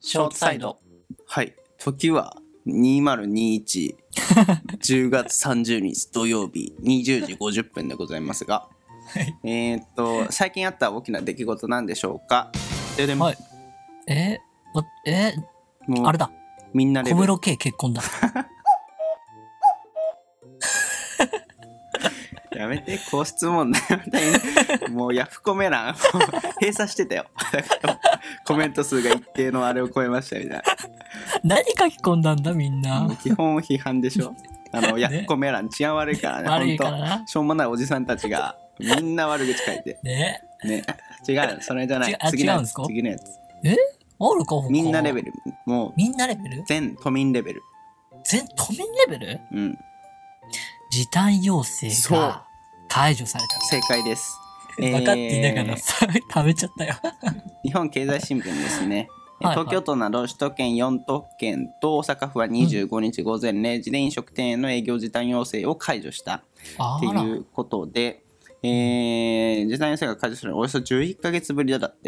ショートサイド。 はい、時は2021 10月30日土曜日20時50分でございますが最近あった大きな出来事なんでしょうか。でも、 はい。 もうあれだ。 みんなレベル小室圭結婚だ。 やめて、こう質問だよもうヤフコメ欄閉鎖してたよコメント数が一定のあれを超えましたみたいな。 何書き込んだんだみんな。 基本批判でしょヤフコメ欄治安悪いからね。 悪いからな。 しょうもないおじさんたちがみんな悪口書いてね。 違う、それじゃない。 違うんですか？ 次のやつ。 あるか他。 みんなレベル。もうみんなレベル？ 全都民レベル。 全都民レベル？ うん。 時短要請が解除された。 正解です。 分かっていながらさ、食べちゃったよ。 日本経済新聞ですね。 はいはい、 東京都など首都圏4都県と大阪府は25日午前0時で飲食店への営業時短要請を解除したっていうことで、時短要請が解除するのはおよそ11ヶ月ぶりだって。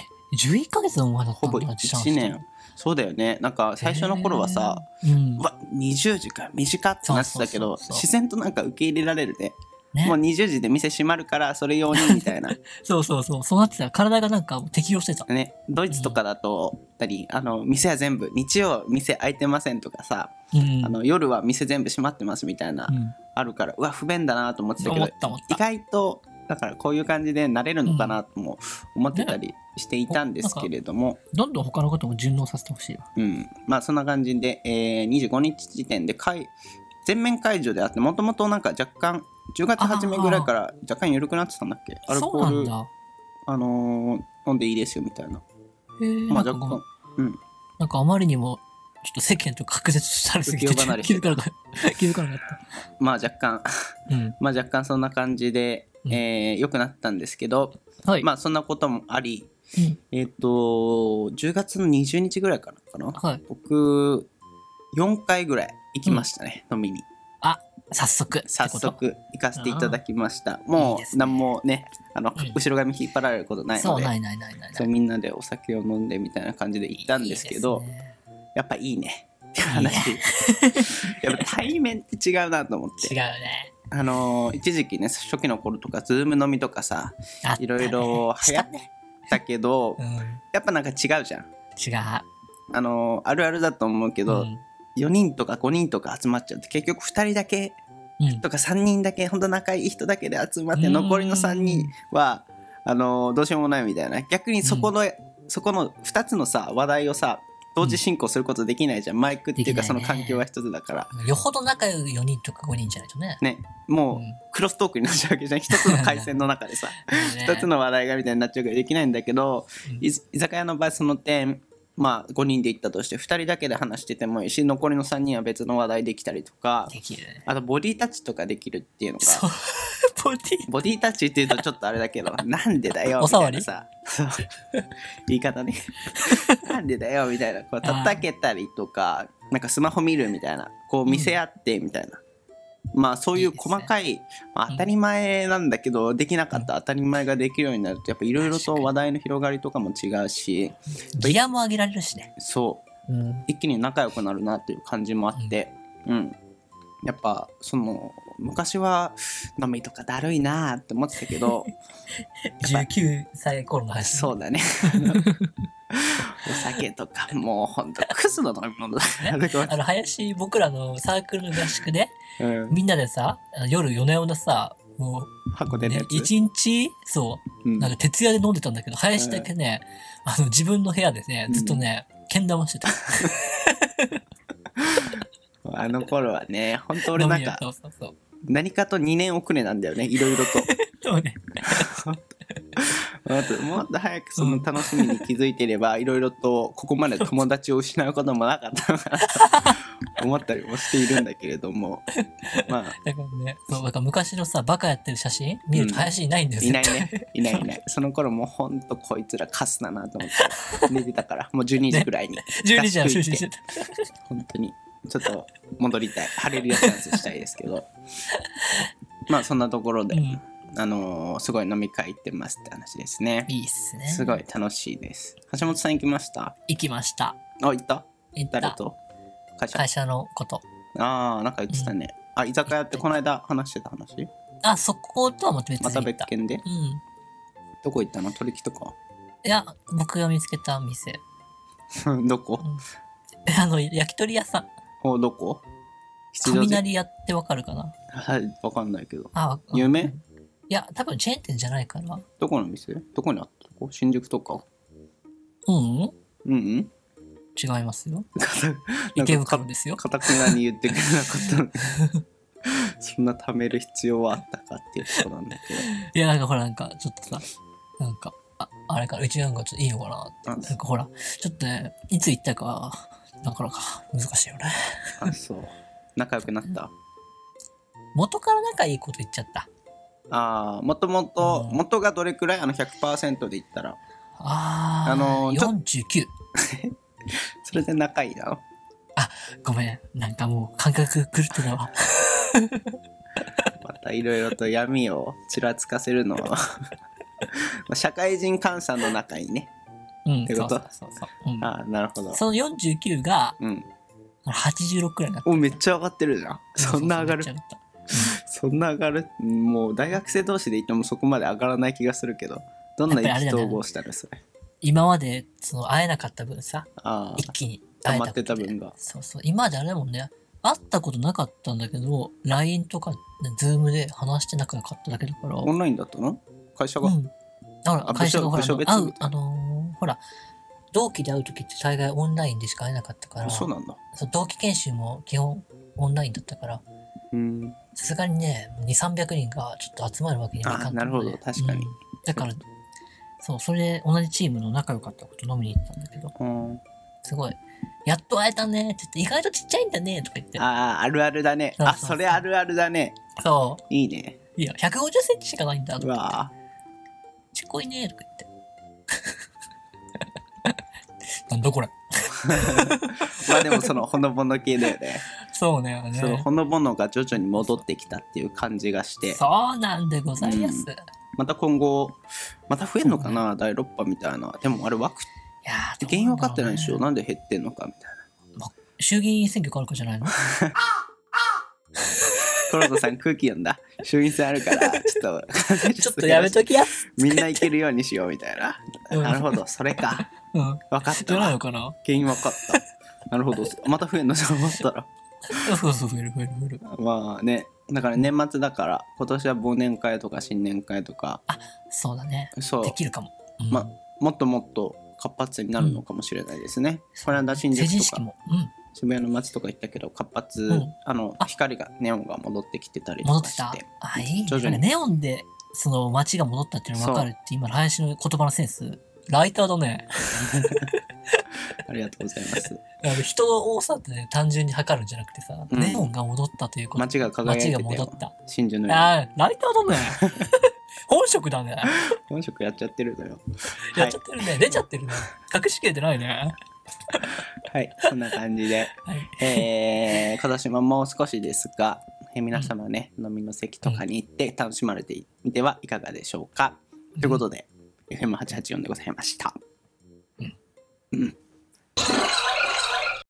11ヶ月の前だったんだ。 ほぼ1年。そうだよね。なんか最初の頃はさ、20時か短ってなってたけど、自然となんか受け入れられるね。もう20時で店閉まるからそれ用にみたいなそうなってたら体がなんか適応してたね。ドイツとかだと店は全部日曜店開いてませんとかさ、夜は店全部閉まってますみたいな、あるから不便だなと思ってたけど、意外とだからこういう感じで慣れるのかなとも思ってたりしていたんですけれども、 どんどん他のことも順応させてほしいわ。 まあそんな感じで、25日時点で全面解除であって、もともとなんか若干10月初めぐらいから若干緩くなってたんだっけ。アルコール飲んでいいですよみたいな。若干なんかあまりにもちょっと世間と隔絶されすぎて気づかなかった。 まあ若干そんな感じで良くなったんですけど、まあそんなこともあり、10月の20日ぐらいからかな、僕4回ぐらい行きましたね、飲みに。 早速行かせていただきました。もう何もね、後ろ髪引っ張られることないので、そうみんなでお酒を飲んでみたいな感じで行ったんですけど、やっぱいいねって話。やっぱ対面って違うなと思って。 違うね。 一時期ね、初期の頃とかズーム飲みとかさ、いろいろ流行ったけど、やっぱなんか違うじゃん。 違う。 あるあるだと思うけど、4人とか5人とか集まっちゃって結局2人だけとか3人だけ、ほんと仲いい人だけで集まって、残りの3人はどうしようもないみたいな。逆にそこの2つのさ話題をさ同時進行することできないじゃん。マイクっていうかその環境は一つだから。 よほど仲良い4人とか5人じゃないとね。 もうクロストークになっちゃうわけじゃん。一つの回線の中でさ一つの話題がみたいになっちゃうからできないんだけど、居酒屋の場合その点、まあ5人で行ったとして2人だけで話しててもいいし、残りの3人は別の話題できたりとか、あとボディタッチとかできるっていうのが。ボディタッチっていうとちょっとあれだけど、なんでだよみたいなさ言い方ねなんでだよみたいな、こう叩けたりとか、なんかスマホ見るみたいな、こう見せ合ってみたいな、まあそういう細かい、当たり前なんだけど、できなかった当たり前ができるようになると、やっぱいろいろと話題の広がりとかも違うし、 ギアも上げられるしね。 一気に仲良くなるなっていう感じもあって、やっぱ昔は飲みとかだるいなって思ってたけど 19歳頃の話。 そうだねお酒とかもうほんとクズの飲み物だ林、僕らのサークルの合宿で、みんなでさ夜夜な夜なさ、もう箱でね、 一日なんか徹夜で飲んでたんだけど、林だけね、自分の部屋でねずっとね、けん玉してた。 あの頃はね、本当俺なんか何かと2年遅れなんだよね、いろいろと。 そうね。 もっと早くその楽しみに気づいていれば、いろいろとここまで友達を失うこともなかったのかなと思ったりもしているんだけれども、まあだからね、なんか昔のさバカやってる写真見ると林いないんですよ。 いないその頃もうほんとこいつらカスだなと思って寝てたから、もう12時ぐらいに 12時は就寝してた。 本当にちょっと戻りたい、晴れるやつしたいですけどまあそんなところで、 すごい飲み会行ってますって話ですね。 いいっすね。 すごい楽しいです。橋本さん行きました？ 行きました。 あ、行った？ 行った。 誰と？ 会社のこと。 ああ、なんか言ってたね。居酒屋ってこの間話してた話？ そことはまた別に行った。 また別件で？どこ行ったの？取引とか？ いや、僕が見つけた店。 どこ？ 焼き鳥屋さん。 どこ？ 雷屋ってわかるかな？ はい、わかんないけど。 有名？ いや、多分チェーン店じゃないかな。 どこの店？どこにあったとこ？新宿とか？ うん違いますよ。池袋ですよ。 かたくなに言ってくれなかったそんな貯める必要はあったかっていうところなんだけど。 いや、なんかほら、なんかちょっとさ、なんか、あれか、うちなんかちょっといいのかなって。なんかほら、ちょっとね、いつ行ったか、なかなか難しいよね。 そう。仲良くなった？ 元から仲いいこと言っちゃった。 元がどれくらい100% で言ったら。 49。 それで仲いいなの？ ごめん。なんかもう感覚狂ってたわ。 またいろいろと闇をちらつかせるのは社会人換算の中にね。ってこと？そう。なるほど。 その49が、86くらいになった。 めっちゃ上がってるじゃん。そんな上がる？そんな上がる？もう大学生同士でいてもそこまで上がらない気がするけど、どんな意気投合したのそれ？ 今まで会えなかった分さ、一気に溜まってた分が。 そう。今まであれだもんね、会ったことなかったんだけど、LINE とか、Zoom で話してなかっただけだから。 オンラインだったの？会社が？ 会社がほら、 ほら、同期で会う時って大概オンラインでしか会えなかったから。 そうなんだ。 同期研修も基本オンラインだったから。さすがにね、2、300人がちょっと集まるわけにはいかんなるほど、確かに。 だから、それで同じチームの仲良かった子と飲みに行ったんだけど、すごい、やっと会えたねって言って、意外とちっちゃいんだねとか言って。 あるあるだね。それあるあるだね。 そう。 いいね。 いや、150センチしかないんだとか言って。ちっこいねとか言って。なんだこれ。 でもそのほのぼの系だよね。 そうだよね。 そのほのぼのが徐々に戻ってきたっていう感じがして。 そうなんでございます。 また今後また増えんのかな、第6波みたいな。でもあれ原因分かってないでしょ。なんで減ってんのかみたいな。衆議院選挙があるかじゃないの？ 黒田さん空気読んだ。衆院選あるからちょっとやめときや。 みんな行けるようにしようみたいな。なるほど、それか。分かった。 じゃないのかな。 原因分かった。なるほど。また増えんのじゃ思ったら。 そう増える。 まあね、だから年末だから今年は忘年会とか新年会とか。 そうだね。できるかも。 もっともっと活発になるのかもしれないですね。これは新宿とか渋谷の街とか行ったけど活発、光がネオンが戻ってきてたりとかして。 いいね。ネオンでその街が戻ったっていうのが分かるって今の林の言葉のセンス。ライターだね。 ありがとうございます。 人の多さってね、単純に測るんじゃなくてさ、ネオンが戻ったということ。 街が輝いてて戻った。 真珠のように。ライターだね。本職だね。 本職やっちゃってるのよ。 やっちゃってるね。出ちゃってるね。隠しきれてないね。 はい、そんな感じで、今年ももう少しですが、皆様ね、飲みの席とかに行って楽しまれてみてはいかがでしょうか。ということで、FM884 でございました。